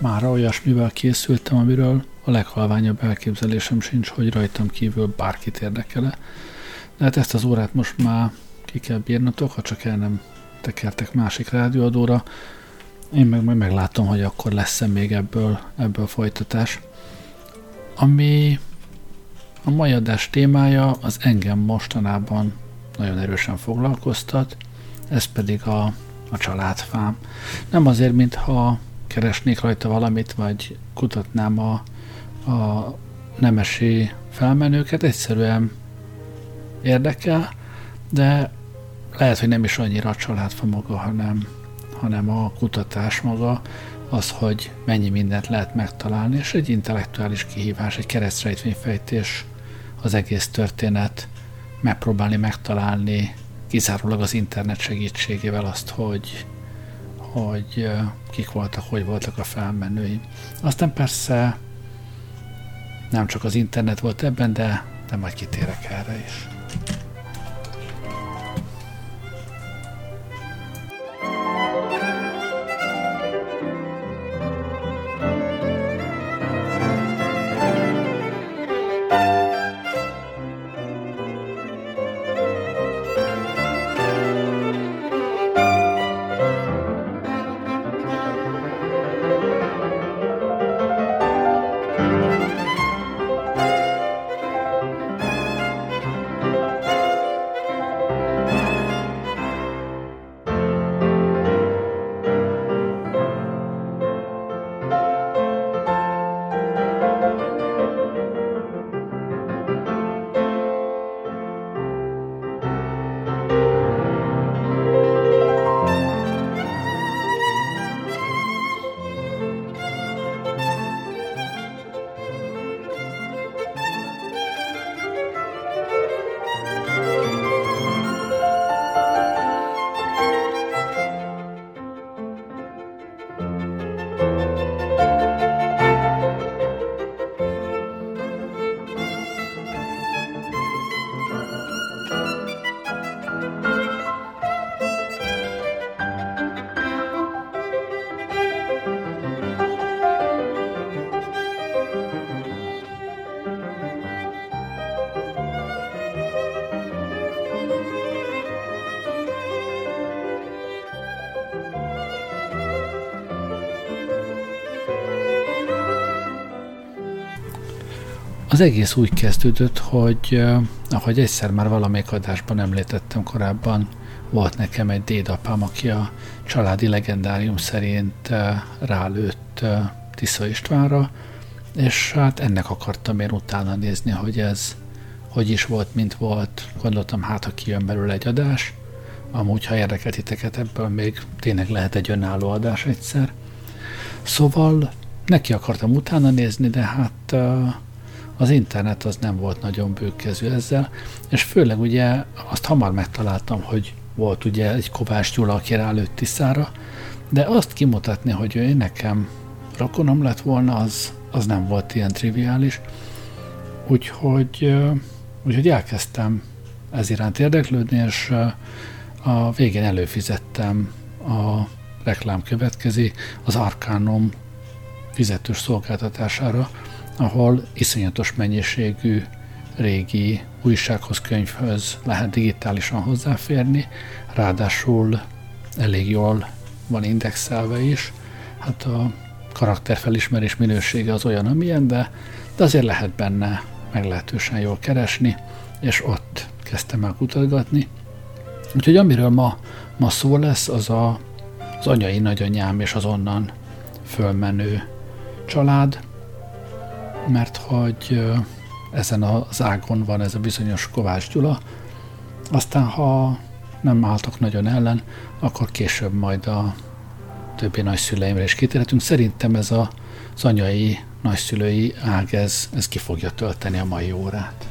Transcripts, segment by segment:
Mára olyasmivel készültem, amiről a leghalványabb elképzelésem sincs, hogy rajtam kívül bárkit érdekele. De hát ezt az órát most már ki kell bírnatok, ha csak el nem tekertek másik rádióadóra. Én meg majd meglátom, hogy akkor lesz-e még ebből folytatás. Ami a mai adás témája, az engem mostanában nagyon erősen foglalkoztat, ez pedig a családfám. Nem azért, mintha keresnék rajta valamit, vagy kutatnám a nemesi felmenőket, egyszerűen érdekel, de lehet, hogy nem is annyira a családfa maga, hanem a kutatás maga, az, hogy mennyi mindent lehet megtalálni, és egy intellektuális kihívás, egy keresztrejtvényfejtés az egész történet, megpróbálni megtalálni kizárólag az internet segítségével azt, hogy kik voltak, hogy voltak a felmenői. Aztán persze nem csak az internet volt ebben, de majd kitérek erre is. Az egész úgy kezdődött, hogy ahogy egyszer már valamelyik adásban említettem korábban, volt nekem egy dédapám, aki a családi legendárium szerint rálőtt Tisza Istvánra, és hát ennek akartam én utána nézni, hogy ez hogy is volt, mint volt. Gondoltam, hát ha kijön belőle egy adás, amúgy ha érdekel titeket, ebből még tényleg lehet egy önálló adás egyszer. Szóval neki akartam utána nézni, de hát az internet az nem volt nagyon bőkezű ezzel, és főleg ugye azt hamar megtaláltam, hogy volt ugye egy Kovács Gyula, aki rálőtt Tiszára, de azt kimutatni, hogy ő nekem rokonom lett volna, az nem volt ilyen triviális. Úgyhogy elkezdtem ez iránt érdeklődni, és a végén előfizettem, a reklám következi, az Arcanum fizetős szolgáltatására, ahol iszonyatos mennyiségű régi újsághoz, könyvhöz lehet digitálisan hozzáférni, ráadásul elég jól van indexelve is. Hát a karakterfelismerés minősége az olyan, amilyen, de azért lehet benne meglehetősen jól keresni, és ott kezdtem el kutatgatni. Úgyhogy amiről ma szó lesz, az az anyai nagyanyám és az onnan fölmenő család, mert hogy ezen az ágon van ez a bizonyos Kovács Gyula, aztán ha nem álltak nagyon ellen, akkor később majd a többi nagyszüleimre is kitérhetünk. Szerintem ez az anyai nagyszülői ág, ez ki fogja tölteni a mai órát.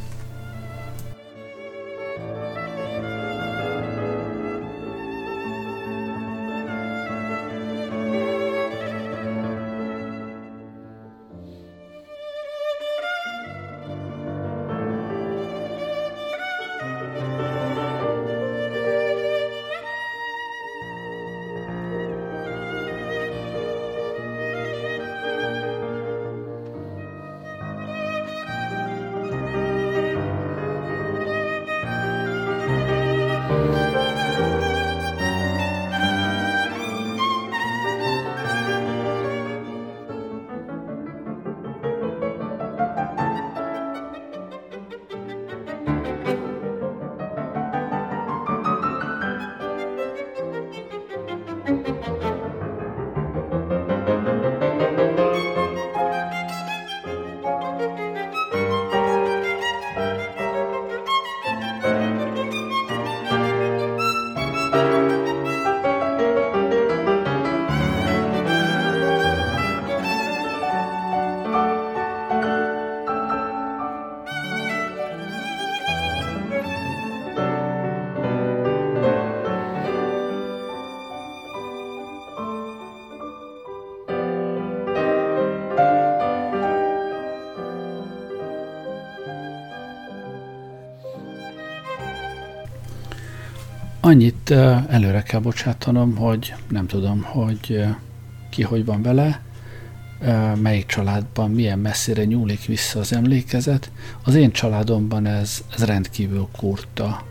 Annyit előre kell bocsátanom, hogy nem tudom, hogy ki hogy van vele, melyik családban milyen messzire nyúlik vissza az emlékezet. Az én családomban ez rendkívül kurta.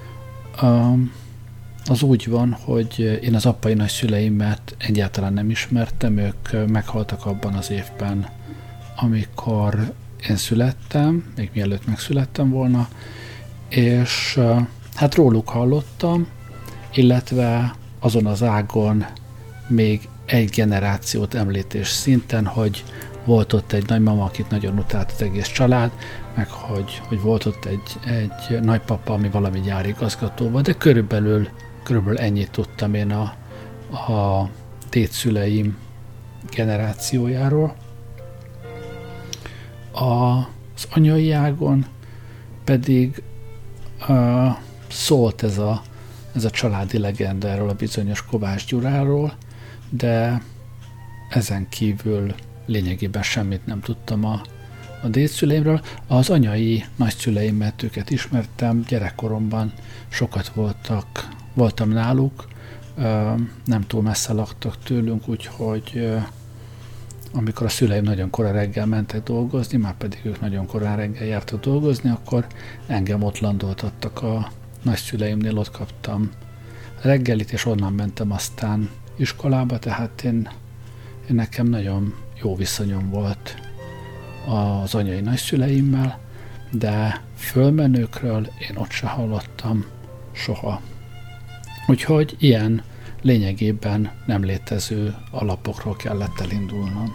Az úgy van, hogy én az apai nagyszüleimet egyáltalán nem ismertem, ők meghaltak abban az évben, amikor én születtem, még mielőtt megszülettem volna, és hát róluk hallottam, illetve azon az ágon még egy generációt említés szinten, hogy volt ott egy nagymama, akit nagyon utált az egész család, meg hogy volt ott egy nagypapa, ami valami gyárigazgató volt, de körülbelül ennyit tudtam én a dédszüleim generációjáról. Az anyai ágon pedig szólt ez a családi legenda erről a bizonyos Kovács Gyuráról, de ezen kívül lényegében semmit nem tudtam a dédszüleimről. Az anyai nagyszüleimet, őket ismertem, gyerekkoromban sokat voltam náluk, nem túl messze laktak tőlünk, úgyhogy amikor a szüleim nagyon korán reggel mentek dolgozni, már pedig ők nagyon korán reggel jártak dolgozni, akkor engem ott landoltattak a nagyszüleimnél, ott kaptam reggelit, és onnan mentem aztán iskolába, tehát én nekem nagyon jó viszonyom volt az anyai nagyszüleimmel, de fölmenőkről én ott se hallottam soha. Úgyhogy ilyen lényegében nem létező alapokról kellett elindulnom.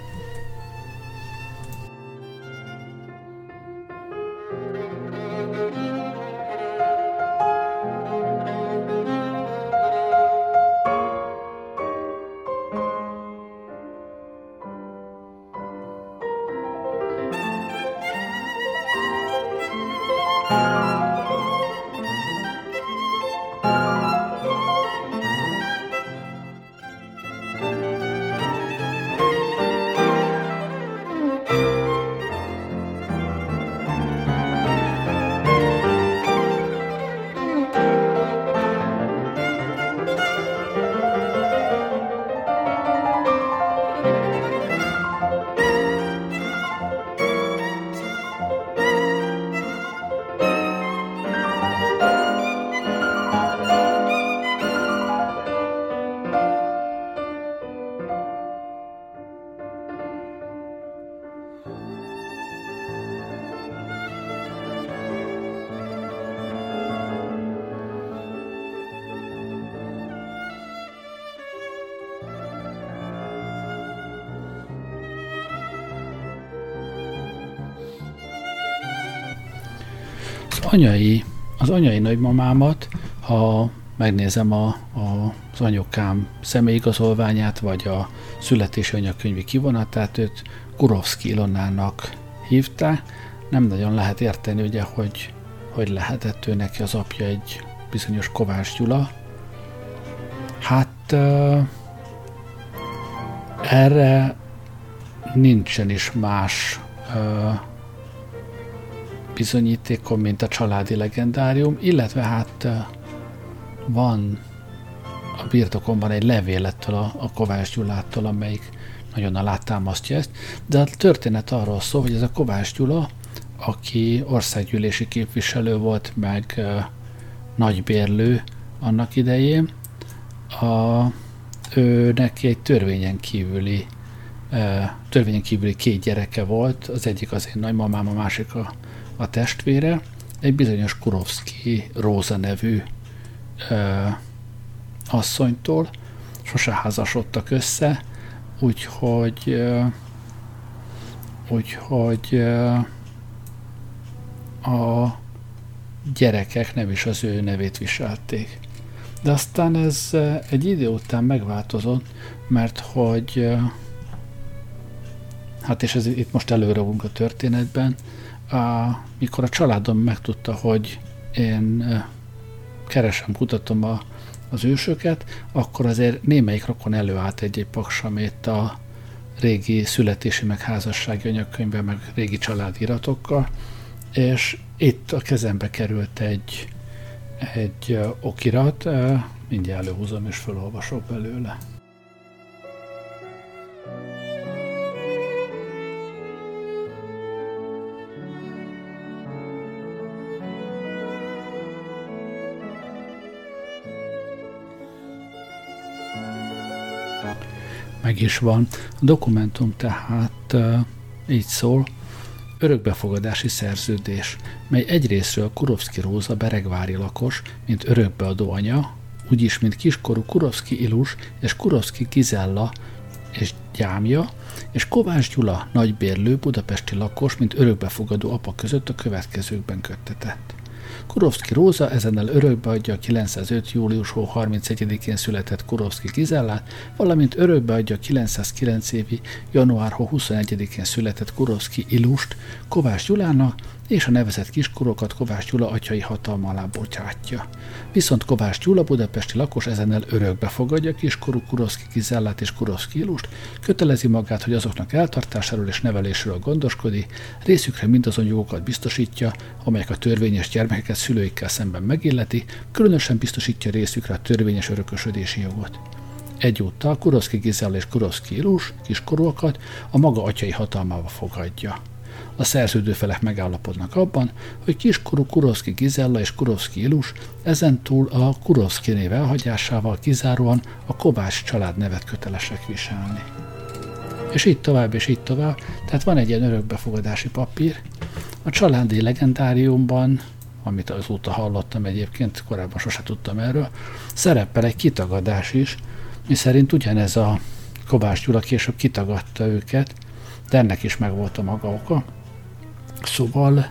Az anyai nagymamámat, ha megnézem az anyukám személyigazolványát, vagy a születési anyakönyvi kivonatát, őt Kurovszky Ilonnának hívták. Nem nagyon lehet érteni, ugye, hogy lehetett ő neki az apja egy bizonyos Kovács Gyula. Hát erre nincsen is más bizonyítékom, mint a családi legendárium, illetve hát van a birtokomban egy levél ettől a Kovács Gyulától, amelyik nagyon alátámasztja ezt, de a történet arról szól, hogy ez a Kovács Gyula, aki országgyűlési képviselő volt, meg nagybérlő annak idején, ő neki egy törvényen kívüli két gyereke volt, az egyik az én nagymamám, a másik a testvére, egy bizonyos Kurovszky Róza nevű asszonytól, sose házasodtak össze, úgyhogy a gyerekek nem is az ő nevét viselték. De aztán ez egy idő után megváltozott, mert hogy hát és ez itt most előrevünk a történetben, mikor a családom megtudta, hogy én keresem, kutatom az ősöket, akkor azért némelyik rokon előállt egy paksamét a régi születési meg házassági anyakönyvben, meg régi családíratokkal, és itt a kezembe került egy okirat, mindjárt előhúzom és felolvasok belőle. Meg is van. A dokumentum tehát így szól: örökbefogadási szerződés, mely egyrészről Kurovszki Róza beregvári lakos, mint örökbeadó anya, úgyis, mint kiskorú Kurovszki Ilus és Kurovszki Gizella és gyámja, és Kovács Gyula nagybérlő budapesti lakos, mint örökbefogadó apa között a következőkben köttetett. Kurovszki Róza ezennel örökbeadja a 905. július 31-én született Kurovszki Gizellát, valamint örökbeadja a 909 évi január 21-én született Kurovszki Ilust Kovács Gyulának, és a nevezett kiskorokat Kovács Gyula atyai hatalma alá bocsátja. Viszont Kovács Gyula budapesti lakos ezennel örökbe fogadja kiskorú Kurovszki Gizellát és Kurovszki Ilust, kötelezi magát, hogy azoknak eltartásáról és nevelésről gondoskodik, részükre mindazon jogokat biztosítja, amelyek a törvényes gyermekeket szülőikkel szemben megilleti, különösen biztosítja részükre a törvényes örökösödési jogot. Egyúttal Kurovszki Gizella és Kurovszki Ilus kiskorúakat a maga atyai hatalmába fogadja. A szerződő felek megállapodnak abban, hogy kiskorú Kurovszki Gizella és Kurovszki Ilus ezentúl a Kurovszki név elhagyásával kizáróan a Kovács család nevet kötelesek viselni. És így tovább, és így tovább. Tehát van egy ilyen örökbefogadási papír. A családi legendáriumban, amit azóta hallottam egyébként, korábban sose tudtam erről, szerepel egy kitagadás is, miszerint ugyanez a Kovács Gyula később kitagadta őket, de ennek is megvolt a maga oka. Szóval,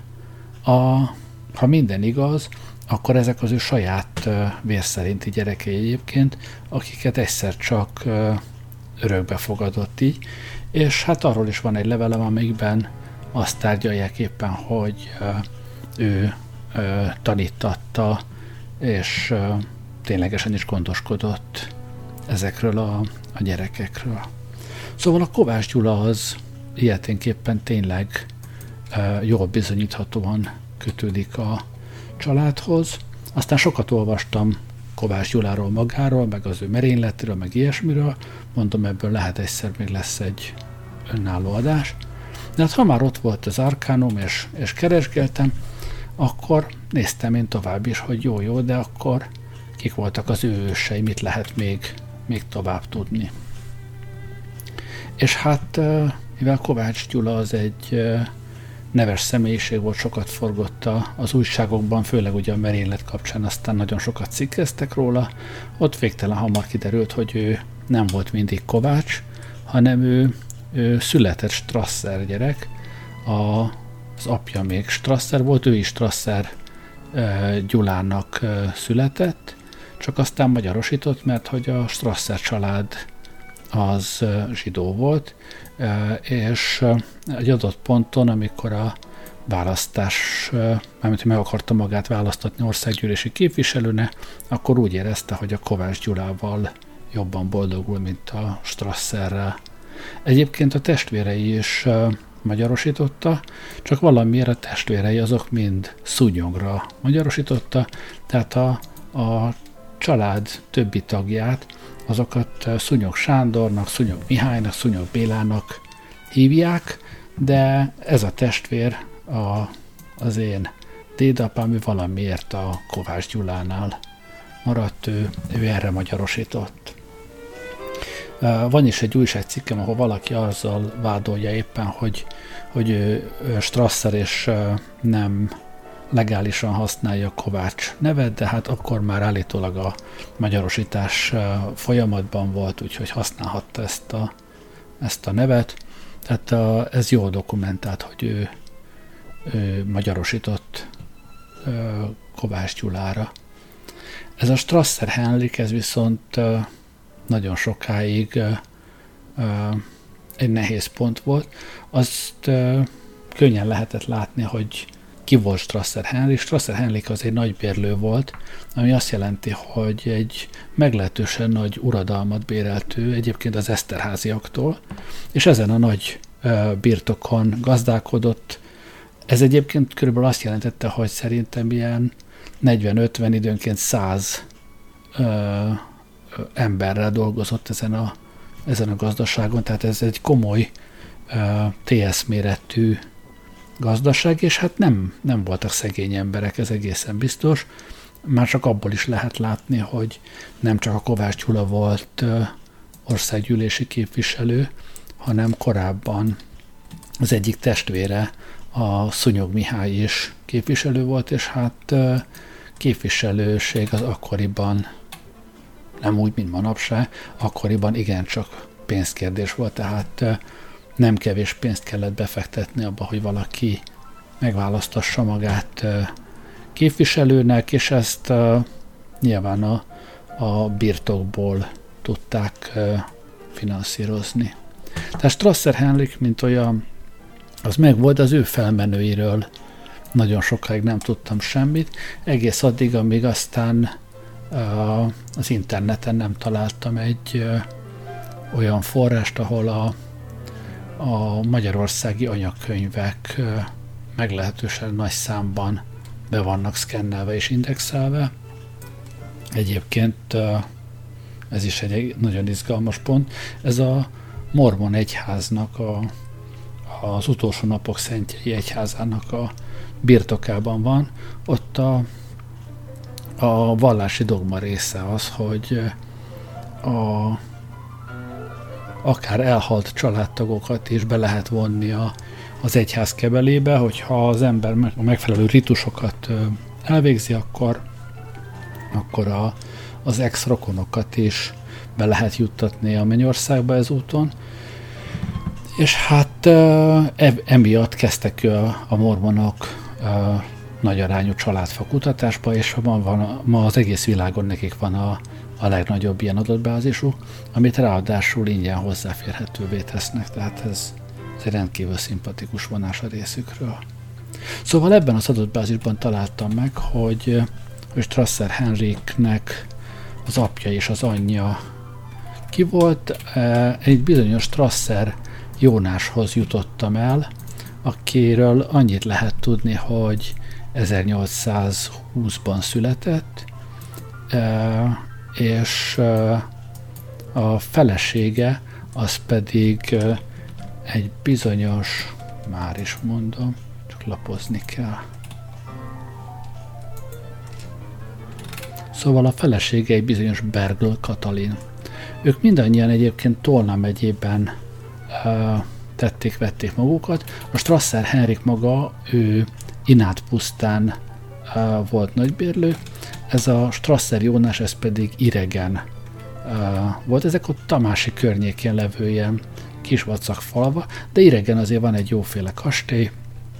ha minden igaz, akkor ezek az ő saját vérszerinti gyerekei egyébként, akiket egyszer csak örökbe fogadott így, és hát arról is van egy levelem, amikben azt tárgyalják éppen, hogy ő tanítatta, és ténylegesen is gondoskodott ezekről a gyerekekről. Szóval a Kovács Gyula az ilyeténképpen tényleg jól bizonyíthatóan kötődik a családhoz. Aztán sokat olvastam Kovács Gyuláról magáról, meg az ő merényletről, meg ilyesmiről. Mondom, ebből lehet egyszer még lesz egy önálló adás. De hát ha már ott volt az Arkánum, és keresgéltem, akkor néztem én tovább is, hogy jó, de akkor kik voltak az ő ősei, mit lehet még tovább tudni. És hát, mivel Kovács Gyula az egy neves személyiség volt, sokat forgott az újságokban, főleg ugye a merénylet kapcsán, aztán nagyon sokat cikkeztek róla. Ott végtelen hamar kiderült, hogy ő nem volt mindig Kovács, hanem ő született Strasser gyerek. Az apja még Strasser volt, ő is Strasser Gyulának született, csak aztán magyarosított, mert hogy a Strasser család az zsidó volt, és egy adott ponton, amikor a választás, mármint meg akarta magát választatni országgyűlési képviselőne, akkor úgy érezte, hogy a Kovács Gyulával jobban boldogul, mint a Strasserrel. Egyébként a testvérei is magyarosította, csak valamiért a testvérei azok mind Szúnyogra magyarosította, tehát a család többi tagját, azokat Szúnyog Sándornak, Szúnyog Mihálynak, Szúnyog Bélának hívják, de ez a testvér, az én dédapám, ő valamiért a Kovács Gyulánál maradt, ő erre magyarosított. Van is egy újságcikkem, ahol valaki azzal vádolja éppen, hogy ő Strasser és nem legálisan használja Kovács nevet, de hát akkor már állítólag a magyarosítás folyamatban volt, úgyhogy használhatta ezt a nevet. Tehát ez jól dokumentált, hogy ő magyarosított Kovács Gyulára. Ez a Strasser Henrik, ez viszont nagyon sokáig egy nehéz pont volt. Azt könnyen lehetett látni, hogy ki volt Strasser Henrik. Strasser Henrik az egy nagybérlő volt, ami azt jelenti, hogy egy meglehetősen nagy uradalmat bérelt ő, egyébként az Eszterházyaktól, és ezen a nagy birtokon gazdálkodott. Ez egyébként körülbelül azt jelentette, hogy szerintem ilyen 40-50, időnként 100 emberrel dolgozott ezen a gazdaságon, tehát ez egy komoly TS méretű gazdaság, és hát nem voltak szegény emberek, ez egészen biztos. Már csak abból is lehet látni, hogy nem csak a Kovács Gyula volt országgyűlési képviselő, hanem korábban az egyik testvére, a Szúnyog Mihály is képviselő volt, és hát képviselőség az akkoriban, nem úgy, mint manapság, akkoriban igencsak pénzkérdés volt, tehát nem kevés pénzt kellett befektetni abba, hogy valaki megválasztassa magát képviselőnek, és ezt nyilván a birtokból tudták finanszírozni. Tehát Strasser Henrik, mint olyan, az megvolt, az ő felmenőiről nagyon sokáig nem tudtam semmit, egész addig, amíg aztán az interneten nem találtam egy olyan forrást, ahol a magyarországi anyakönyvek meglehetősen nagy számban be vannak szkennelve és indexelve. Egyébként ez is egy nagyon izgalmas pont. Ez a Mormon egyháznak, az utolsó napok szentjei egyházának a birtokában van. Ott a vallási dogma része az, hogy akár elhalt családtagokat is be lehet vonni az egyház kebelébe, hogyha az ember a megfelelő ritusokat elvégzi, akkor az ex-rokonokat is be lehet juttatni a Mennyországba ezúton. És hát emiatt kezdtek a mormonok nagy arányú családfa kutatásba, és ma az egész világon nekik van a legnagyobb ilyen adatbázisú, amit ráadásul ingyen hozzáférhetővé tesznek, tehát ez egy rendkívül szimpatikus vonás a részükről. Szóval ebben az adatbázisban találtam meg, hogy Strasser Henriknek az apja és az anyja ki volt. Egy bizonyos Strasser Jónáshoz jutottam el, akiről annyit lehet tudni, hogy 1820-ban született, és a felesége az pedig egy bizonyos, már is mondom, csak lapozni kell. Szóval a felesége egy bizonyos Bergl Katalin. Ők mindannyian egyébként Tolna megyében tették-vették magukat. A Strasser Henrik maga, ő Inát pusztán volt nagybérlő, ez a Strasser Jónás, ez pedig Iregen volt. Ezek ott Tamási környékén levő ilyen kisvacak falva, de Iregen azért van egy jóféle kastély,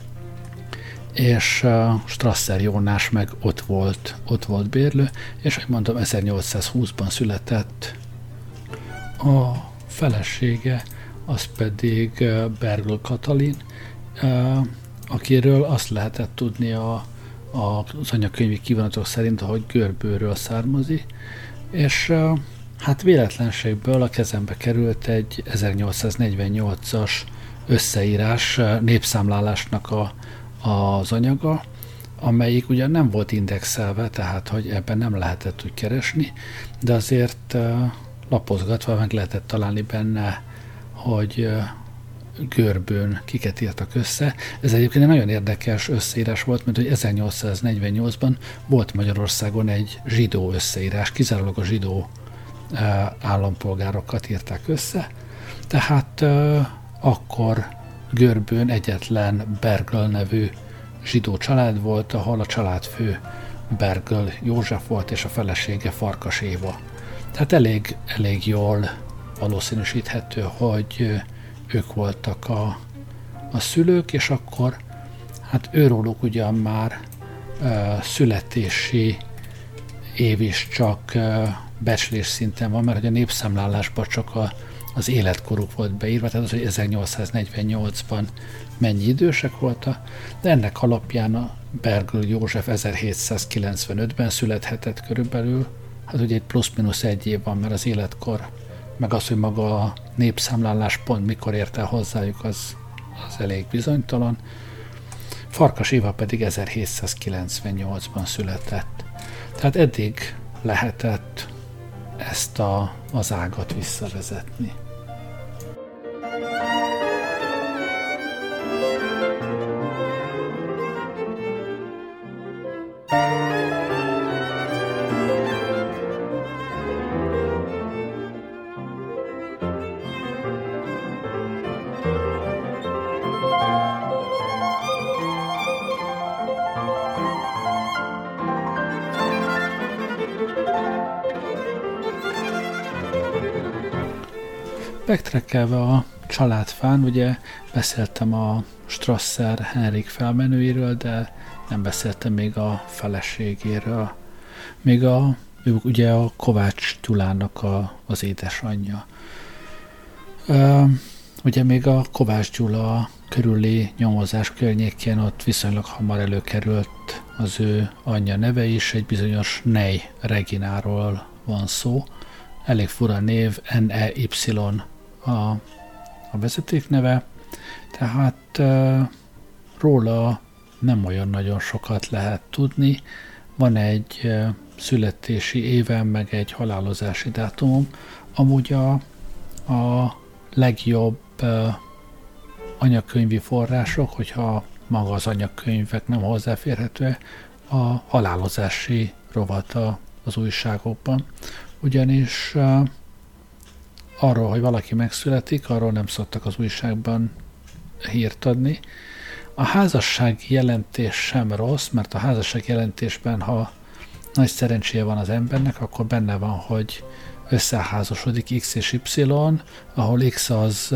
és Strasser Jónás meg ott volt bérlő, és ahogy mondom, 1820-ban született. A felesége az pedig Bergl Katalin, akiről azt lehetett tudni az anyakönyvi kivonatok szerint, ahogy Görbőről származik, és hát véletlenségből a kezembe került egy 1848-as összeírás, népszámlálásnak az anyaga, amelyik ugyan nem volt indexelve, tehát hogy ebben nem lehetett úgy keresni, de azért lapozgatva meg lehetett találni benne, hogy Görbőn kiket írtak össze. Ez egyébként egy nagyon érdekes összeírás volt, mert hogy 1848-ban volt Magyarországon egy zsidó összeírás, kizárólag a zsidó állampolgárokat írták össze, tehát akkor Görbőn egyetlen Bergl nevű zsidó család volt, ahol a családfő Bergl József volt, és a felesége Farkas Éva. Tehát elég jól valószínűsíthető, hogy ők voltak a szülők, és akkor hát őróluk ugyan már születési év is csak becslés szinten van, mert hogy a népszámlálásban csak az életkoruk volt beírva, tehát az, hogy 1848-ban mennyi idősek voltak, de ennek alapján a Bergl József 1795-ben születhetett körülbelül, hát ugye egy plusz-minusz egy év van, mert az életkor, meg az, hogy maga a népszámlálás pont mikor ért el hozzájuk, az elég bizonytalan. Farkas Éva pedig 1798-ban született. Tehát eddig lehetett ezt az ágat visszavezetni. Backtrackelve a családfán, ugye beszéltem a Strasser Henrik felmenőiről, de nem beszéltem még a feleségéről. Még ugye a Kovács Gyulának az édesanyja. Ugye még a Kovács Gyula körüli nyomozás környékén ott viszonylag hamar előkerült az ő anyja neve is, egy bizonyos Ney Regináról van szó. Elég fura név, Ney a vezetékneve, tehát róla nem olyan nagyon sokat lehet tudni. Van egy születési éve, meg egy halálozási dátumom. Amúgy a legjobb anyakönyvi források, hogyha maga az anyakönyvek nem hozzáférhetőek, a halálozási rovata az újságokban. Ugyanis arról, hogy valaki megszületik, arról nem szoktak az újságban hírt adni. A házassági jelentés sem rossz, mert a házassági jelentésben, ha nagy szerencséje van az embernek, akkor benne van, hogy összeházasodik X és Y, ahol X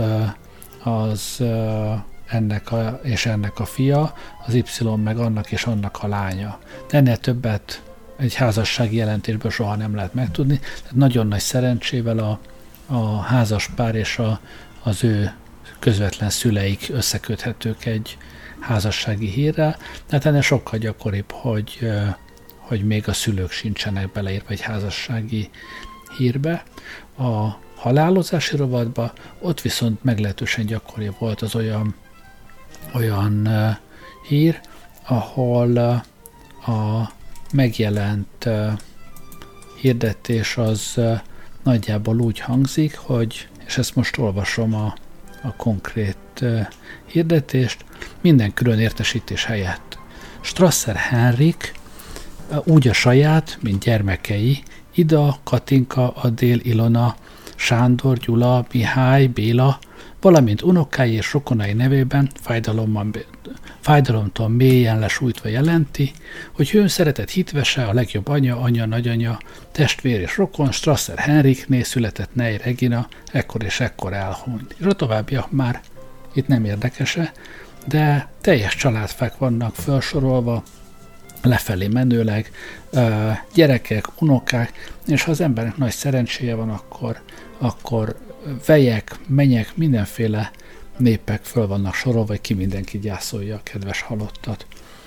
az ennek és ennek a fia, az Y meg annak és annak a lánya. De ennél többet egy házassági jelentésből soha nem lehet megtudni. Tehát nagyon nagy szerencsével a házas pár és az ő közvetlen szüleik összeköthetők egy házassági hírrel, tehát ennél sokkal gyakoribb, hogy még a szülők sincsenek beleírva egy házassági hírbe. A halálozási rovatba ott viszont meglehetősen gyakori volt az olyan hír, ahol a megjelent hirdetés az nagyjából úgy hangzik, hogy, és ezt most olvasom a konkrét hirdetést, minden külön értesítés helyett. Strasser Henrik úgy a saját, mint gyermekei, Ida, Katinka, Adél, Ilona, Sándor, Gyula, Mihály, Béla, valamint unokái és rokonai nevében fájdalomtól mélyen lesújtva jelenti, hogy hőn szeretett hitvese, a legjobb anya, nagyanya, testvér és rokon, Strasser Henrikné született Ney Regina, ekkor és ekkor elhunyt. És a továbbiak már itt nem érdekese, de teljes családfák vannak felsorolva, lefelé menőleg, gyerekek, unokák, és ha az embernek nagy szerencséje van, akkor vejek, menyek, mindenféle népek föl vannak sorolva, vagy ki mindenki gyászolja a kedves halottat.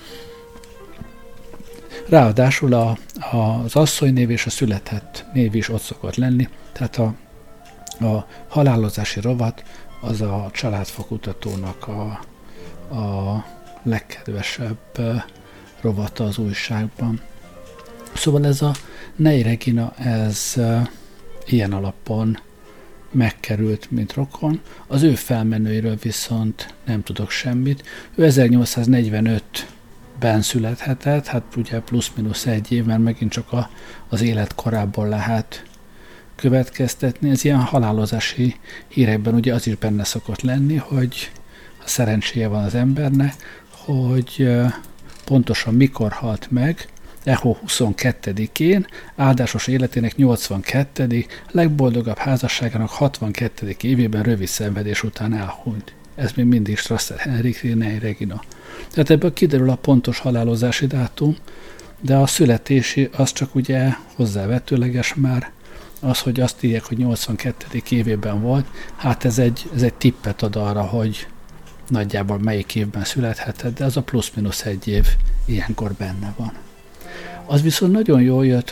Ráadásul az asszony név és a született név is ott szokott lenni, tehát a halálozási rovat az a családfakutatónak a legkedvesebb rovata az újságban. Szóval ez a Ney Regina, ez ilyen alapon megkerült, mint rokon. Az ő felmenőiről viszont nem tudok semmit. Ő 1845-ben születhetett, hát ugye plusz-minusz egy év, mert megint csak az életkorából lehet következtetni. Ez ilyen halálozási hírekben ugye az is benne szokott lenni, hogy ha szerencséje van az embernek, hogy pontosan mikor halt meg, Eho 22-én, áldásos életének 82., legboldogabb házasságának 62. évében rövid szenvedés után elhunyt. Ez még mindig Strasser Henrik Renei Regina. Tehát ebből kiderül a pontos halálozási dátum, de a születési az csak ugye hozzávetőleges már, az, hogy azt írják, hogy 82. évében volt, hát ez egy tippet ad arra, hogy nagyjából melyik évben születhetett, de az a plusz-minusz egy év ilyenkor benne van. Az viszont nagyon jól jött,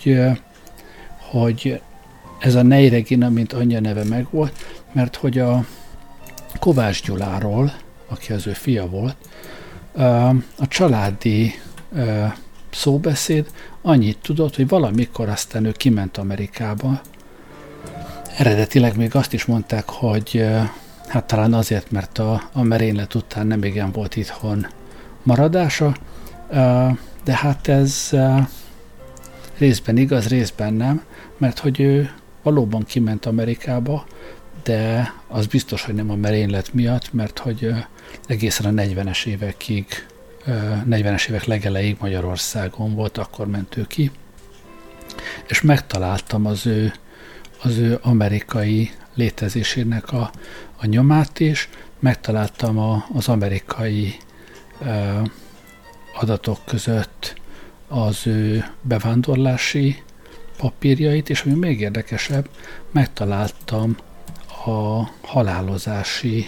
hogy ez a Nei Regina, mint anyja neve megvolt, mert hogy a Kovács Gyuláról, aki az ő fia volt, a családi szóbeszéd annyit tudott, hogy valamikor aztán ő kiment Amerikába. Eredetileg még azt is mondták, hogy hát talán azért, mert a merénylet után nem igen volt itthon maradása, de hát ez részben igaz, részben nem, mert hogy ő valóban kiment Amerikába, de az biztos, hogy nem a merénylet miatt, mert hogy egészen a 40-es évek legelejéig Magyarországon volt, akkor ment ő ki, és megtaláltam az ő amerikai létezésének a nyomát is, megtaláltam az amerikai adatok között az ő bevándorlási papírjait, és ami még érdekesebb, megtaláltam a halálozási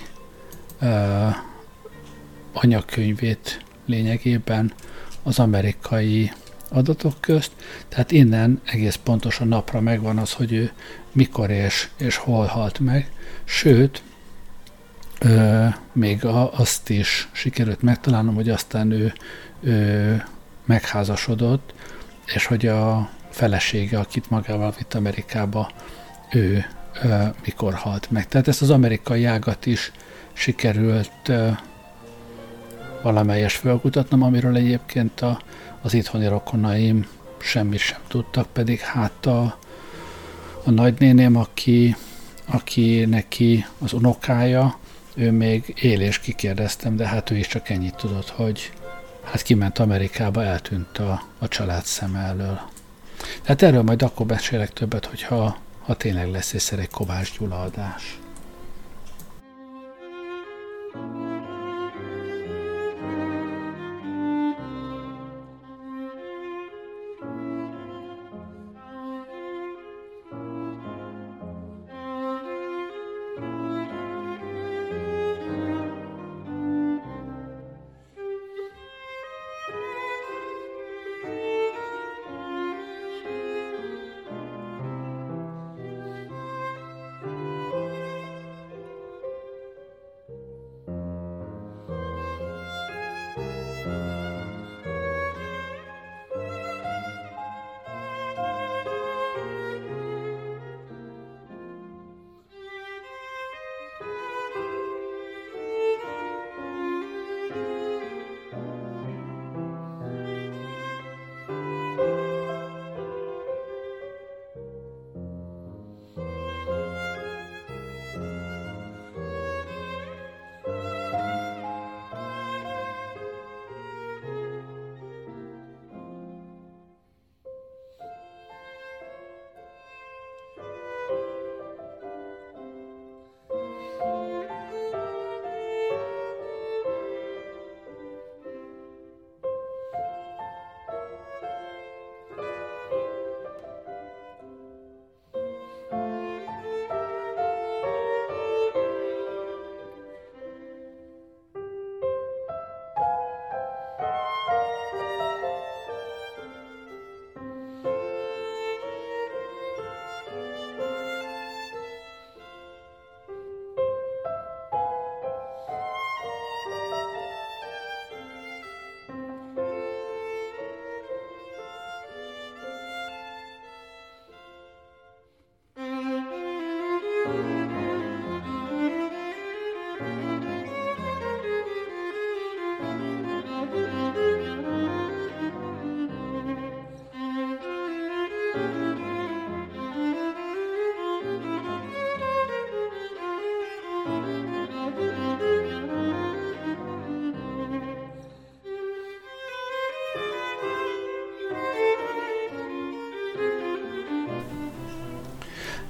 anyagkönyvét lényegében az amerikai adatok közt, tehát innen egész pontosan napra megvan az, hogy ő mikor és hol halt meg, sőt, még azt is sikerült megtalálnom, hogy aztán ő megházasodott, és hogy a felesége, akit magával vitt Amerikába, ő mikor halt meg. Tehát ezt az amerikai ágat is sikerült valamelyes felkutatnom, amiről egyébként az itthoni rokonaim semmit sem tudtak, pedig hát a nagynéném, aki neki az unokája, ő még él és kikérdeztem, de hát ő is csak ennyit tudott, hogy hát kiment Amerikába, eltűnt a család szeme elől. Tehát erről majd akkor beszélek többet, hogyha tényleg lesz egyszer egy Kovács Gyula adás.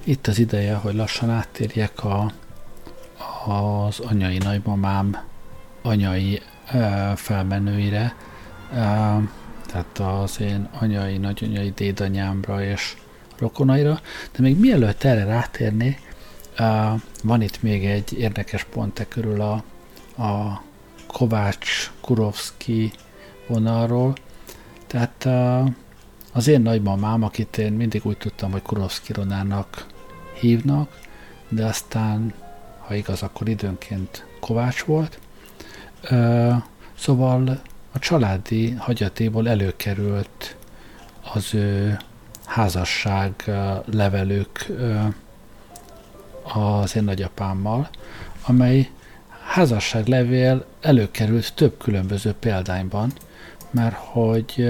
itt az ideje, hogy lassan áttérjek az anyai nagymamám anyai felmenőire, tehát az én anyai, nagyanyai, dédanyámra és rokonaira, de még mielőtt erre rátérnék, van itt még egy érdekes pont körül a Kovács-Kurovszky vonalról. Tehát az én nagymamám, akit én mindig úgy tudtam, hogy Kurovszky Ronának hívnak, de aztán, ha igaz, akkor időnként Kovács volt. Szóval a családi hagyatéból előkerült az ő házasság levelük az én nagyapámmal, amely házasságlevél előkerült több különböző példányban, mert hogy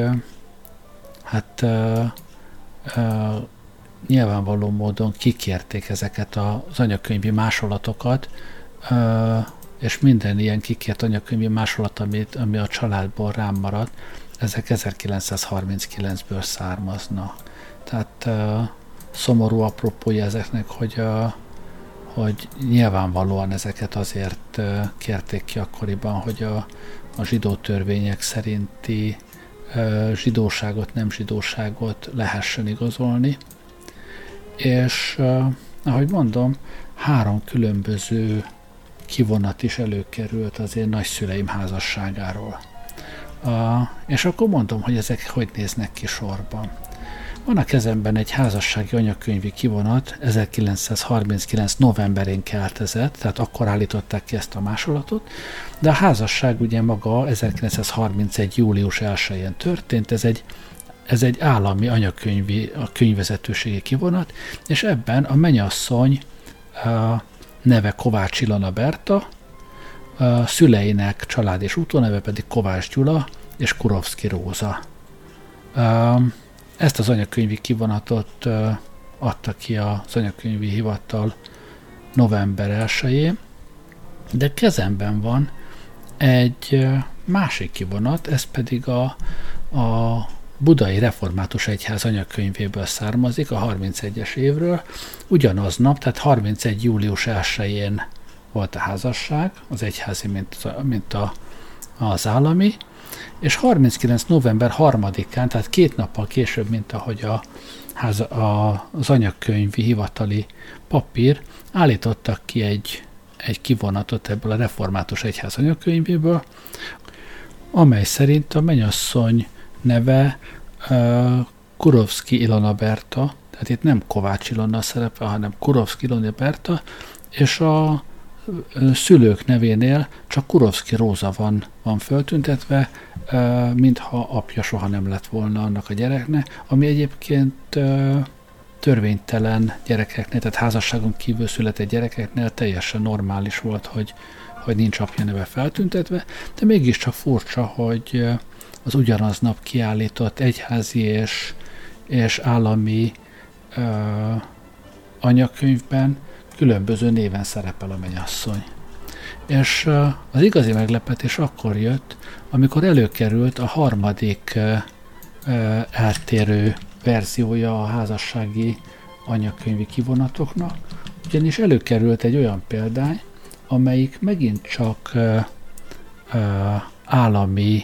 nyilvánvaló módon kikérték ezeket az anyakönyvi másolatokat, és minden ilyen kikért anyakönyvi másolat, ami a családból rám maradt, ezek 1939-ből származna. Tehát szomorú apropója ezeknek, hogy nyilvánvalóan ezeket azért kérték ki akkoriban, hogy a zsidó törvények szerinti zsidóságot, nem zsidóságot lehessen igazolni. És ahogy mondom, 3 különböző kivonat is előkerült az én nagyszüleim házasságáról. És akkor mondom, hogy ezek hogy néznek ki sorban. Van a kezemben egy házassági anyakönyvi kivonat, 1939. novemberén keltezett, tehát akkor állították ki ezt a másolatot, de a házasság ugye maga 1931. július 1-én történt, ez egy állami anyakönyvi, a könyvvezetőségi kivonat, és ebben a mennyasszony neve Kovács Ilona Berta, szüleinek család és utóneve pedig Kovács Gyula és Kurovszky Róza. Ezt az anyakönyvi kivonatot adta ki az anyakönyvi hivatal november 1-én, de kezemben van egy másik kivonat, ez pedig a Budai Református Egyház anyakönyvéből származik, a 31-es évről. Ugyanaznap, tehát 31. július 1-én volt a házasság, az egyházi, mint az állami, és 39. november 3-án, tehát 2 nappal később, mint ahogy az anyakönyvi hivatali papír, állítottak ki egy kivonatot ebből a Református Egyház anyakönyvéből, amely szerint a mennyasszony neve Kurovszky Ilona Berta, tehát itt nem Kovács Ilona szerepel, hanem Kurovszky Ilona Berta, és a szülők nevénél csak Kurovszky Róza van föltüntetve, mintha apja soha nem lett volna annak a gyereknek, ami egyébként törvénytelen gyerekeknél, tehát házasságon kívül született gyerekeknél teljesen normális volt, hogy nincs apja neve feltüntetve, de mégiscsak furcsa, hogy az ugyanaznap kiállított egyházi és állami anyakönyvben különböző néven szerepel a mennyasszony. És az igazi meglepetés akkor jött, amikor előkerült a harmadik eltérő verziója a házassági anyakönyvi kivonatoknak, ugyanis előkerült egy olyan példány, amelyik megint csak állami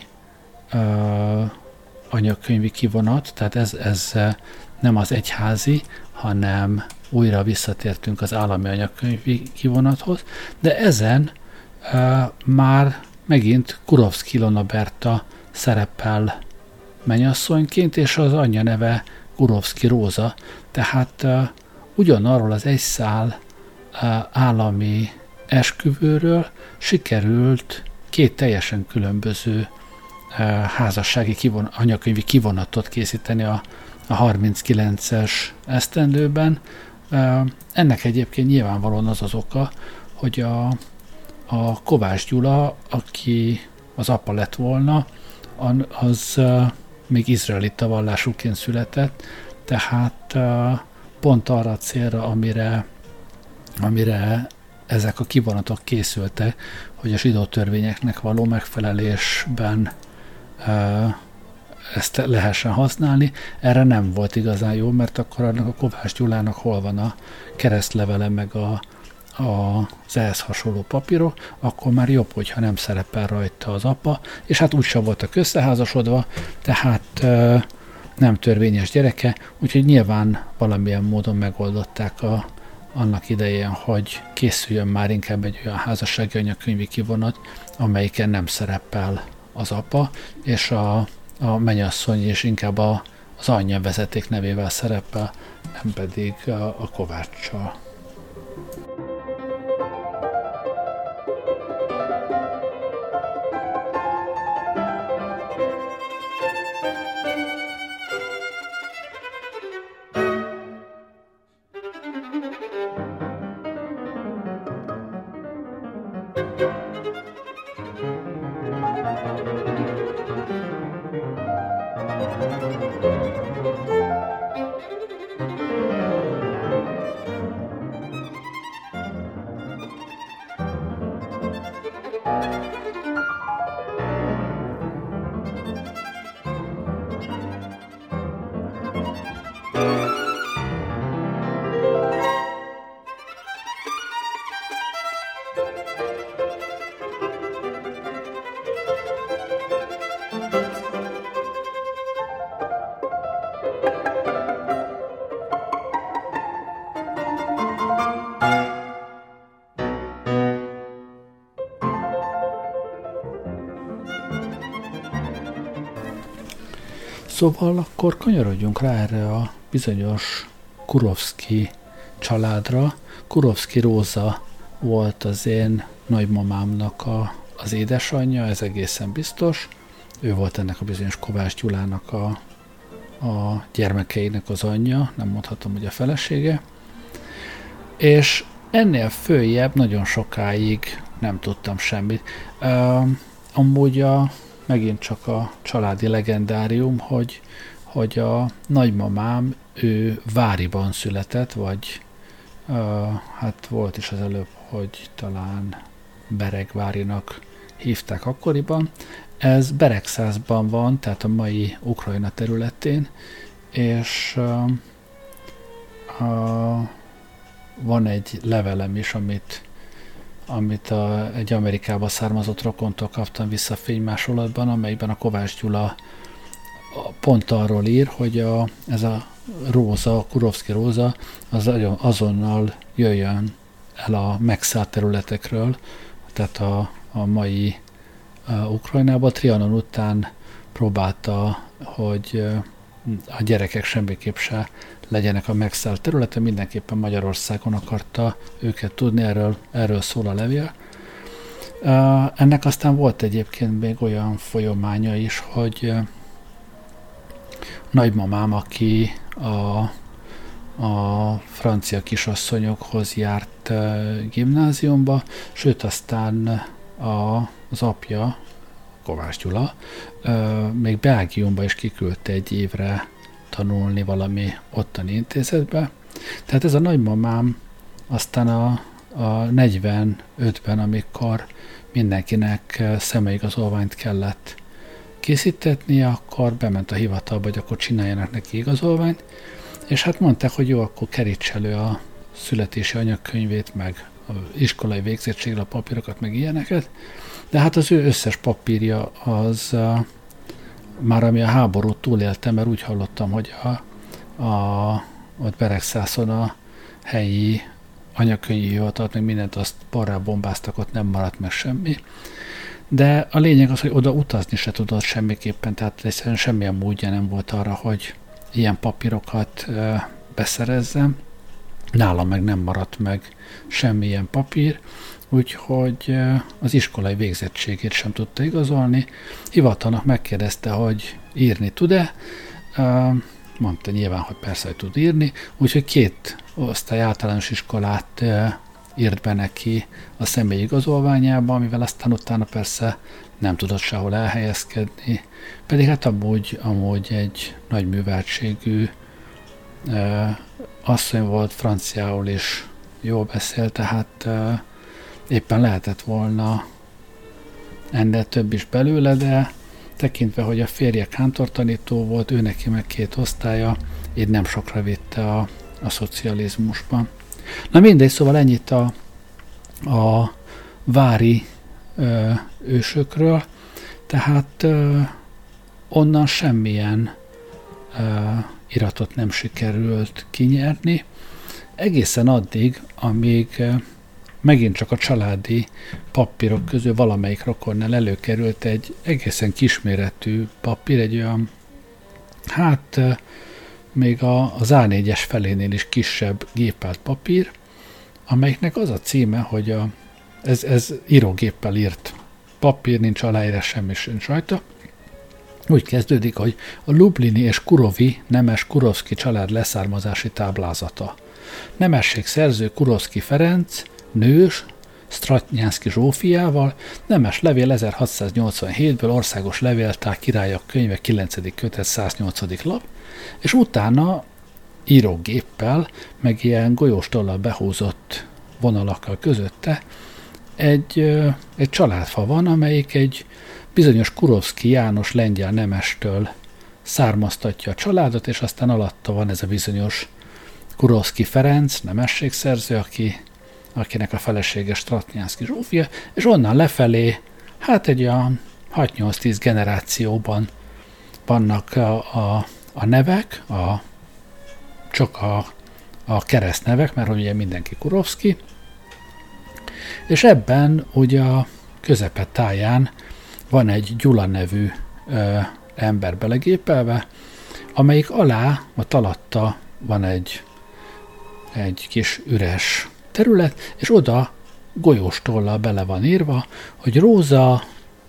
anyakönyvi kivonat, tehát ez nem az egyházi, hanem újra visszatértünk az állami anyakönyvi kivonathoz, de ezen már megint Kurovszky Ilona Berta szerepel mennyasszonyként, és az anyja neve Kurovszky Róza, tehát ugyanarról az egy szál állami esküvőről sikerült 2 teljesen különböző házassági anyakönyvi kivonatot készíteni a 39-es esztendőben. Ennek egyébként nyilvánvalóan az oka, hogy a Kovács Gyula, aki az apa lett volna, az még izraelita vallásúként született, tehát pont arra a célra, amire ezek a kivonatok készültek, hogy a zsidó törvényeknek való megfelelésben ezt lehessen használni. Erre nem volt igazán jó, mert akkor annak a Kovács Gyulának hol van a keresztlevele, meg az ehhez hasonló papírok, akkor már jobb, hogyha nem szerepel rajta az apa, és hát úgysem voltak összeházasodva, tehát nem törvényes gyereke, úgyhogy nyilván valamilyen módon megoldották annak idején, hogy készüljön már inkább egy olyan házassági anyakönyvi kivonat, amelyiken nem szerepel az apa, és a mennyasszony és inkább az anyja vezeték nevével szerepel, nem pedig a Kováccsal. Szóval akkor kanyarodjunk rá erre a bizonyos Kurovszky családra. Kurovszky Róza volt az én nagymamámnak az édesanyja, ez egészen biztos. Ő volt ennek a bizonyos Kovács Gyulának a gyermekeinek az anyja, nem mondhatom, hogy a felesége. És ennél följebb nagyon sokáig nem tudtam semmit. Amúgy megint csak a családi legendárium, hogy a nagymamám, ő Váriban született, vagy hát volt is az előbb, hogy talán Beregvárinak hívták akkoriban. Ez Beregszászban van, tehát a mai Ukrajna területén, és van egy levelem is, amit egy Amerikába származott rokontól kaptam vissza fénymásolatban, amelyben a Kovács Gyula pont arról ír, hogy ez a Róza, a Kurovszky Róza, az azonnal jöjjön el a megszállt területekről, tehát a mai Ukrajnába. Trianon után próbálta, hogy a gyerekek semmiképp se legyenek a megszállt területen, mindenképpen Magyarországon akarta őket tudni, erről szól a levél. Ennek aztán volt egyébként még olyan folyamánya is, hogy nagymamám, aki a francia kisasszonyokhoz járt gimnáziumba, sőt aztán az apja, Kovács Gyula, még Belgiumba is kiküldte egy évre tanulni valami ottani intézetbe. Tehát ez a nagymamám aztán a 45-ben, amikor mindenkinek személyigazolványt kellett készítetnie, akkor bement a hivatalba, hogy akkor csináljanak neki igazolványt, és hát mondták, hogy jó, akkor keríts elő a születési anyakönyvét, meg az iskolai végzettségre a papírokat, meg ilyeneket, de hát az ő összes papírja az már ami a háborút túlélte, mert úgy hallottam, hogy ott Beregszászon a helyi anyakönyvi hivatalt, meg mindent azt balra bombáztak, ott nem maradt meg semmi. De a lényeg az, hogy oda utazni se tudott semmiképpen, tehát egyszerűen semmilyen módja nem volt arra, hogy ilyen papírokat beszerezzem. Nálam meg nem maradt meg semmilyen papír, úgyhogy az iskolai végzettségét sem tudta igazolni. Hivatalnak megkérdezte, hogy írni tud-e. Mondta nyilván, hogy persze, hogy tud írni, úgyhogy 2 osztály általános iskolát írt be neki a személyi igazolványába, amivel aztán utána persze nem tudott sehol elhelyezkedni. Pedig hát amúgy egy nagy műveltségű asszony volt, franciául is jól beszélt, tehát éppen lehetett volna ennél több is belőle, de tekintve, hogy a férje kántortanító volt, ő neki meg 2 osztálya, így nem sokra vitte a szocializmusban. Na mindegy, szóval ennyit a vári ősökről, tehát onnan semmilyen iratot nem sikerült kinyerni, egészen addig, amíg megint csak a családi papírok közül valamelyik rokonnál előkerült egy egészen kisméretű papír, egy olyan, hát még az A4-es felénél is kisebb gépelt papír, amelyiknek az a címe, hogy ez írógéppel írt papír, nincs aláírás, semmi sincs rajta. Úgy kezdődik, hogy a lublini és kurovi nemes Kurovszki család leszármazási táblázata. Nemesség szerző Kurovszki Ferenc, nős, Sztratnyánszky Zsófiával, nemes levél 1687-ből országos levéltár királyok könyve 9. kötet 108. lap, és utána írógéppel, meg ilyen golyóstollal behúzott vonalakkal közötte egy családfa van, amelyik egy bizonyos Kurovszki János lengyel nemestől származtatja a családot, és aztán alatta van ez a bizonyos Kurovszki Ferenc, nemességszerző, akinek a felesége Sztratnyánszky Zsófia, és onnan lefelé, hát egy olyan 6-8-10 generációban vannak a nevek, csak a keresztnevek, mert ugye mindenki Kurovszki, és ebben ugye a közepetáján van egy Gyula nevű ember belegépelve, amelyik alá, ott alatta van egy kis üres terület, és oda golyóstollal bele van írva, hogy Róza,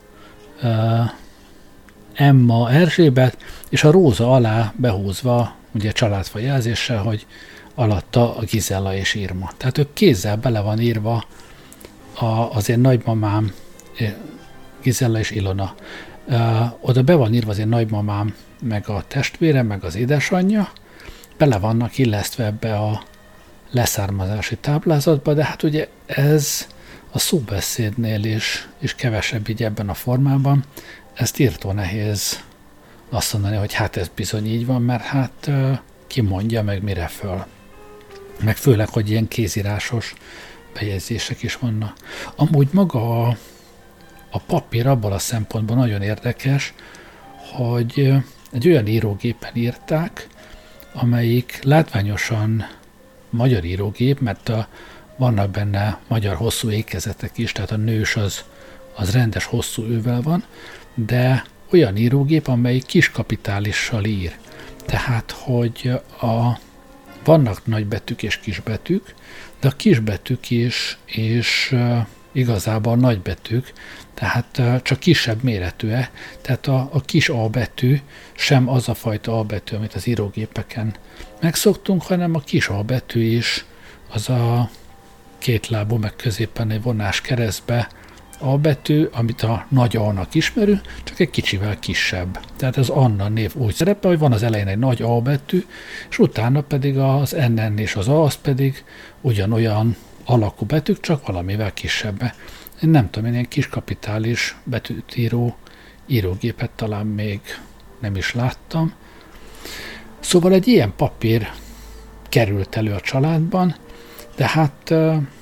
Emma, Erzsébet, és a Róza alá behúzva, ugye családfa jelzéssel, hogy alatta a Gizella és Irma. Tehát ők kézzel bele van írva az én nagymamám, Gizella és Ilona. Oda be van írva az én nagymamám, meg a testvére, meg az édesanyja, bele vannak illesztve ebbe a leszármazási táblázatba, de hát ugye ez a szóbeszédnél is kevesebb így ebben a formában, ezt írtó nehéz azt mondani, hogy hát ez bizony így van, mert hát ki mondja meg mire föl. Meg főleg, hogy ilyen kézírásos bejegyzések is vannak. Amúgy maga a papír abban a szempontból nagyon érdekes, hogy egy olyan írógépen írták, amelyik látványosan magyar írógép, mert vannak benne magyar hosszú ékezetek is, tehát a nős az rendes hosszú ővel van, de olyan írógép, amely kiskapitálissal ír. Tehát, hogy vannak nagybetűk és kisbetűk, de a kisbetűk is igazából nagybetűk, tehát csak kisebb méretűek, tehát a kis A betű sem az a fajta A betű, amit az írógépeken megszoktunk, hanem a kis A betű is az a kétlábú, meg középen egy vonás keresztbe A betű, amit a nagy A-nak ismerünk, csak egy kicsivel kisebb. Tehát az Anna név úgy szerepel, hogy van az elején egy nagy A betű, és utána pedig az NN és az A, az pedig ugyanolyan alakú betűk, csak valamivel kisebb. Én nem tudom, én ilyen kiskapitális betűt író írógépet talán még nem is láttam. Szóval egy ilyen papír került elő a családban, de hát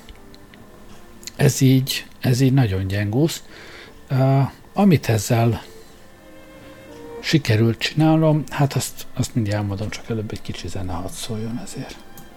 ez így nagyon gyengúsz. Amit ezzel sikerült csinálnom, hát azt mindjárt elmondom, csak előbb egy kicsi zene hadd szóljon ezért.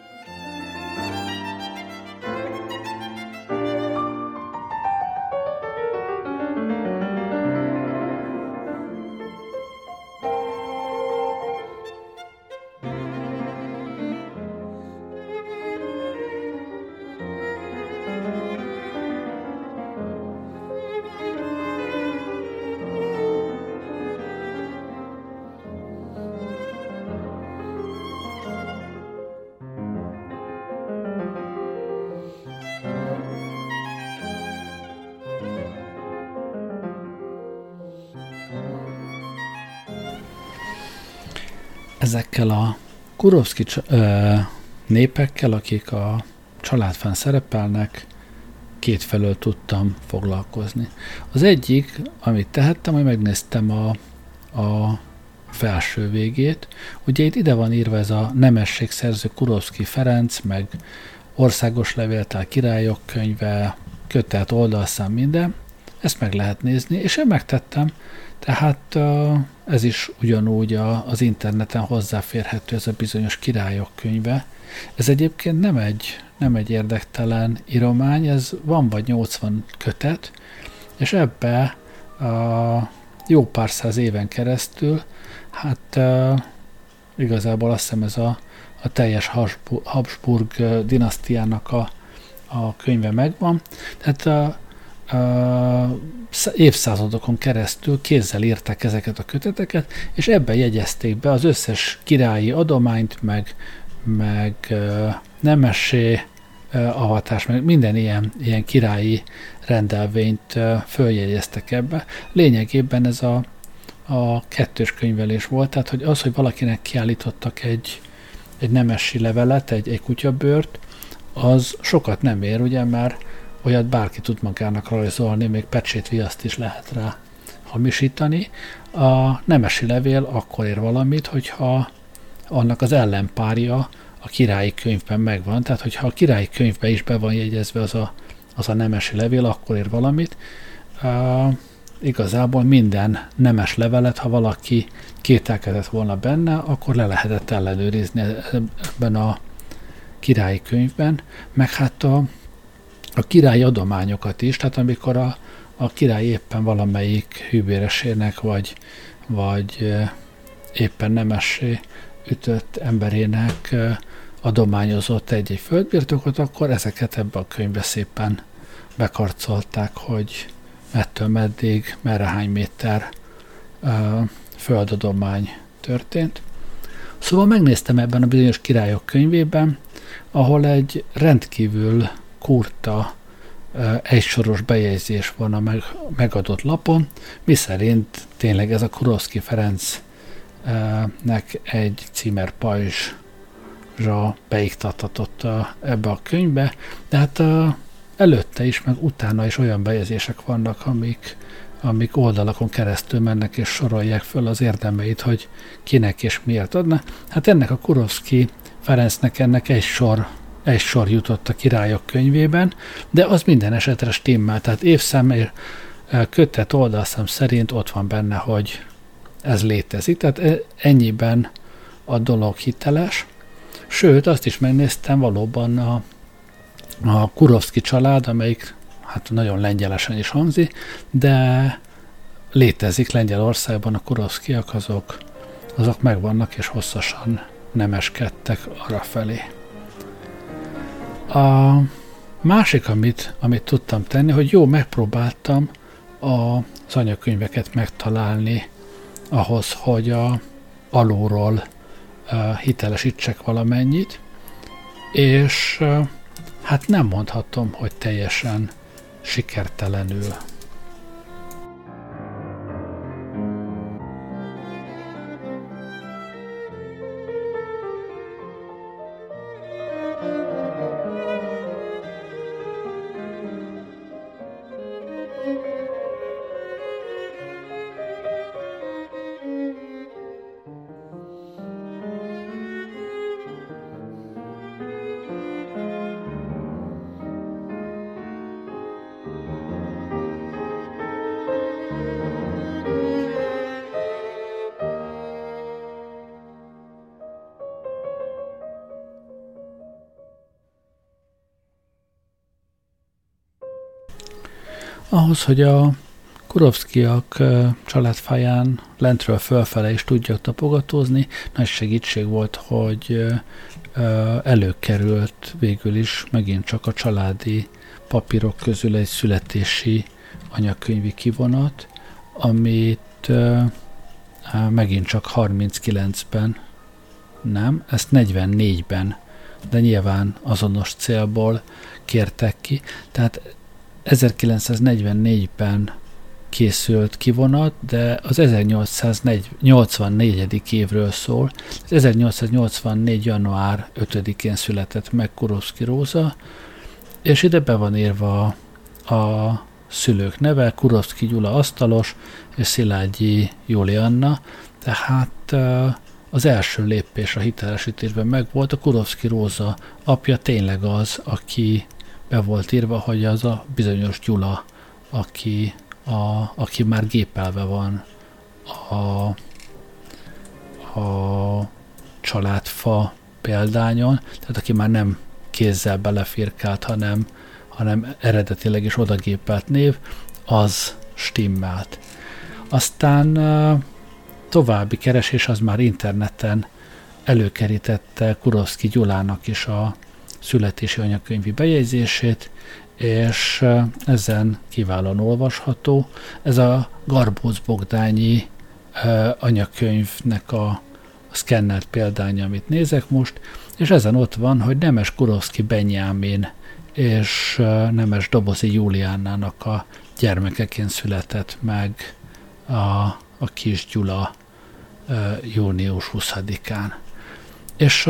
Ezekkel a Kurovszki népekkel, akik a családfán szerepelnek, kétfelől tudtam foglalkozni. Az egyik, amit tehettem, hogy megnéztem a felső végét. Ugye itt ide van írva ez a nemességszerző Kurovszky Ferenc, meg országos levéltár, királyok könyve, kötet, oldalszám, minden. Ezt meg lehet nézni, és én megtettem. Tehát ez is ugyanúgy az interneten hozzáférhető, ez a bizonyos királyok könyve. Ez egyébként nem egy érdektelen íromány, ez van vagy 80 kötet, és ebbe jó pár száz éven keresztül, hát igazából azt hiszem ez a teljes Habsburg dinasztiának a könyve megvan. Tehát évszázadokon keresztül kézzel írták ezeket a köteteket, és ebbe jegyezték be az összes királyi adományt, meg nemessé avatás, meg minden ilyen királyi rendelvényt följegyeztek ebbe. Lényegében ez a kettős könyvelés volt, tehát hogy valakinek kiállítottak egy nemesi levelet, egy kutyabőrt, az sokat nem ér, ugye, mert olyat bárki tud magának rajzolni, még pecsétviaszt is lehet rá hamisítani. A nemesi levél akkor ér valamit, hogyha annak az ellenpárja a királyi könyvben megvan. Tehát, hogyha a királyi könyvben is be van jegyezve az a nemesi levél, akkor ér valamit. Igazából minden nemes levelet, ha valaki kételkedett volna benne, akkor le lehetett ellenőrizni ebben a királyi könyvben, meg hát a királyi adományokat is, tehát amikor a király éppen valamelyik hűbéresének, vagy éppen nemessé ütött emberének adományozott egy földbirtokot, akkor ezeket ebbe a könyvbe szépen bekarcolták, hogy ettől meddig, merre hány méter földadomány történt. Szóval megnéztem ebben a bizonyos királyok könyvében, ahol egy rendkívül kurta egysoros bejegyzés van a megadott lapon, miszerint tényleg ez a Kurovszky Ferencnek egy címer pajzsra beiktatott ebbe a könyvbe, de hát előtte is, meg utána is olyan bejegyzések vannak, amik oldalakon keresztül mennek és sorolják föl az érdemeit, hogy kinek és miért adna. Hát ennek a Kurovszky Ferencnek ennek egy sor jutott a királyok könyvében, de az minden esetre stimmel, tehát évszám kötet oldalszám szerint ott van benne, hogy ez létezik, tehát ennyiben a dolog hiteles. Sőt, azt is megnéztem, valóban a Kurovszky család, amelyik hát nagyon lengyelesen is hangzik, de létezik Lengyelországban, a Kurovszkyak azok megvannak és hosszasan nemeskedtek arrafelé. A másik, amit tudtam tenni, hogy megpróbáltam az anyakönyveket megtalálni ahhoz, hogy alulról hitelesítsek valamennyit, és hát nem mondhatom, hogy teljesen sikertelenül. Ahhoz, hogy a Kurovszkyak családfáján lentről fölfele is tudjak tapogatózni, nagy segítség volt, hogy előkerült végül is megint csak a családi papírok közül egy születési anyakönyvi kivonat, amit megint csak 39-ben, nem, ezt 44-ben, de nyilván azonos célból kértek ki, tehát 1944-ben készült kivonat, de az 1884. évről szól. 1884. január 5-én született meg Kurovszky Róza, és ide be van írva a szülők neve, Kurovszky Gyula asztalos és Szilágyi Julianna, tehát az első lépés a hitelesítésben megvolt. A Kurovszky Róza apja tényleg az, aki be volt írva, hogy az a bizonyos Gyula, aki már gépelve van a családfa példányon, tehát aki már nem kézzel belefirkált, hanem eredetileg is odagépelt név, az stimmelt. Aztán további keresés az már interneten előkerítette Kurovszky Gyulának is a születési anyakönyvi bejegyzését, és ezen kiválóan olvasható. Ez a Garbóc-Bogdányi anyakönyvnek a szkennelt példánya, amit nézek most, és ezen ott van, hogy Nemes Kurovszky Benyámin és Nemes Dobozi Juliánnának a gyermekeként született meg a kis Gyula június 20-án. És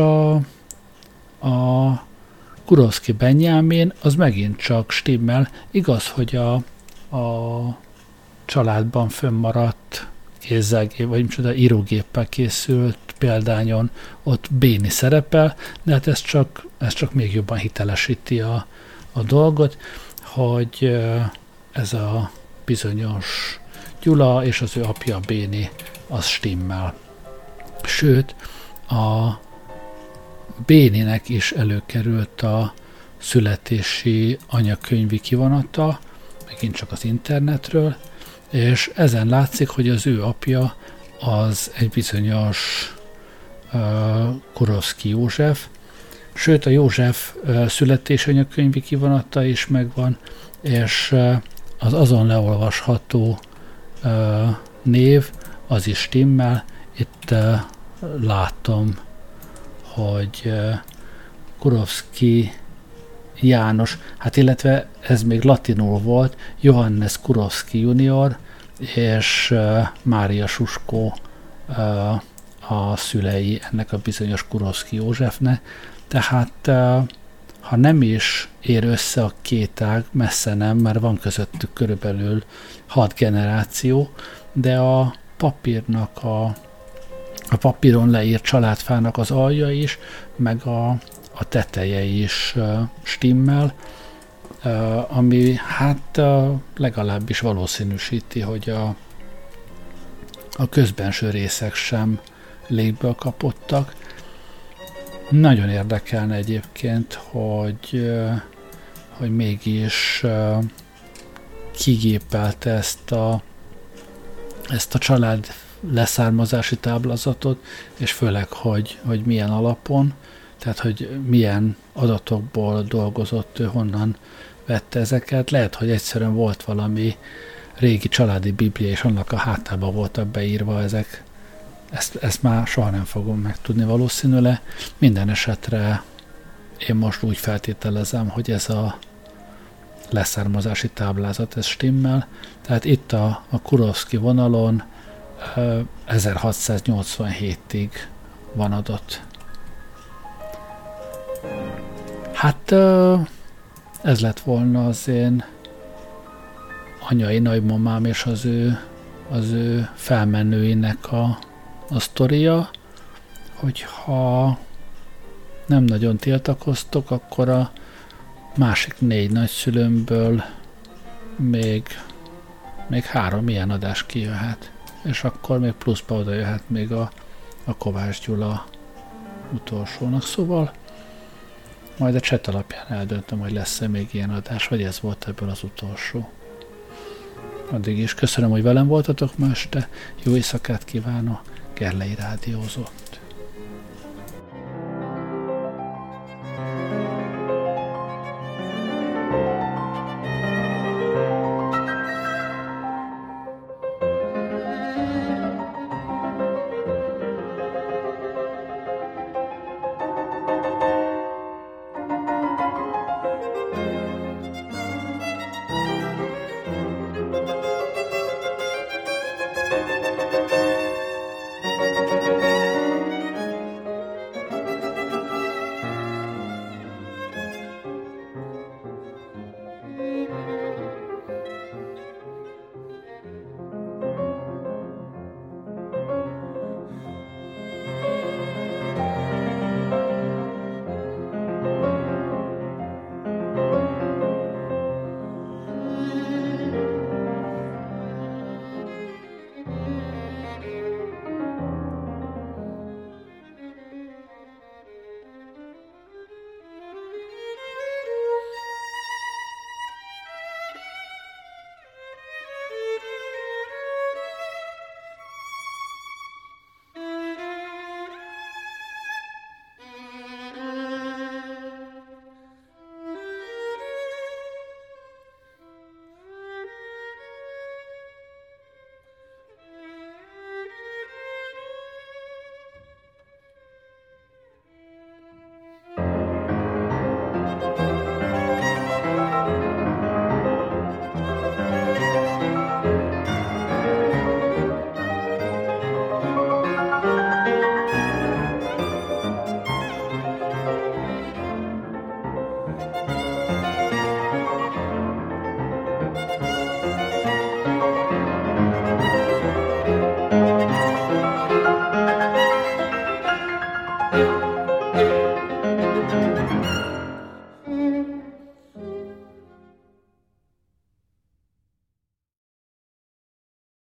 a Kurovszky Benyámin az megint csak stimmel. Igaz, hogy a családban fönnmaradt vagy micsoda írógéppel készült példányon ott Béni szerepel, de hát ez csak még jobban hitelesíti a dolgot, hogy ez a bizonyos Gyula és az ő apja Béni az stimmel. Sőt, a Béninek is előkerült a születési anyakönyvi kivonata, megint csak az internetről, és ezen látszik, hogy az ő apja az egy bizonyos Kurovszky József, sőt a József születési anyakönyvi kivonata is megvan, és az azon leolvasható név az is stimmel. Itt látom, hogy Kurovszky János, hát illetve ez még latinul volt, Johannes Kurovszky junior és Mária Suskó a szülei ennek a bizonyos Kurovszky Józsefnek, tehát ha nem is ér össze a két ág, messze nem, mert van közöttük körülbelül 6 generáció, de a papírnak a papíron leírt családfának az alja is, meg a teteje is stimmel, ami hát legalábbis valószínűsíti, hogy a közbenső részek sem légből kapottak. Nagyon érdekelne egyébként, hogy mégis kigépelte ezt a család leszármazási táblázatot, és főleg, hogy milyen alapon, tehát, hogy milyen adatokból dolgozott ő, honnan vette ezeket. Lehet, hogy egyszerűen volt valami régi családi biblia, és annak a hátában voltak beírva ezek. Ezt már soha nem fogom megtudni valószínűleg. Minden esetre én most úgy feltételezem, hogy ez a leszármazási táblázat, ez stimmel. Tehát itt a Kurovszky vonalon 1687-ig van adott. Hát ez lett volna az én anyai nagymamám és az ő felmenőinek a sztoria, hogyha nem nagyon tiltakoztok, akkor a másik 4 nagyszülőmből még 3 ilyen adás kijöhet, és akkor még pluszba oda jöhet még a Kovács Gyula utolsónak, szóval majd a chat alapján eldöntöm, hogy lesz-e még ilyen adás, vagy ez volt ebből az utolsó. Addig is köszönöm, hogy velem voltatok ma este, jó éjszakát kívánok, Gerlei rádiózott.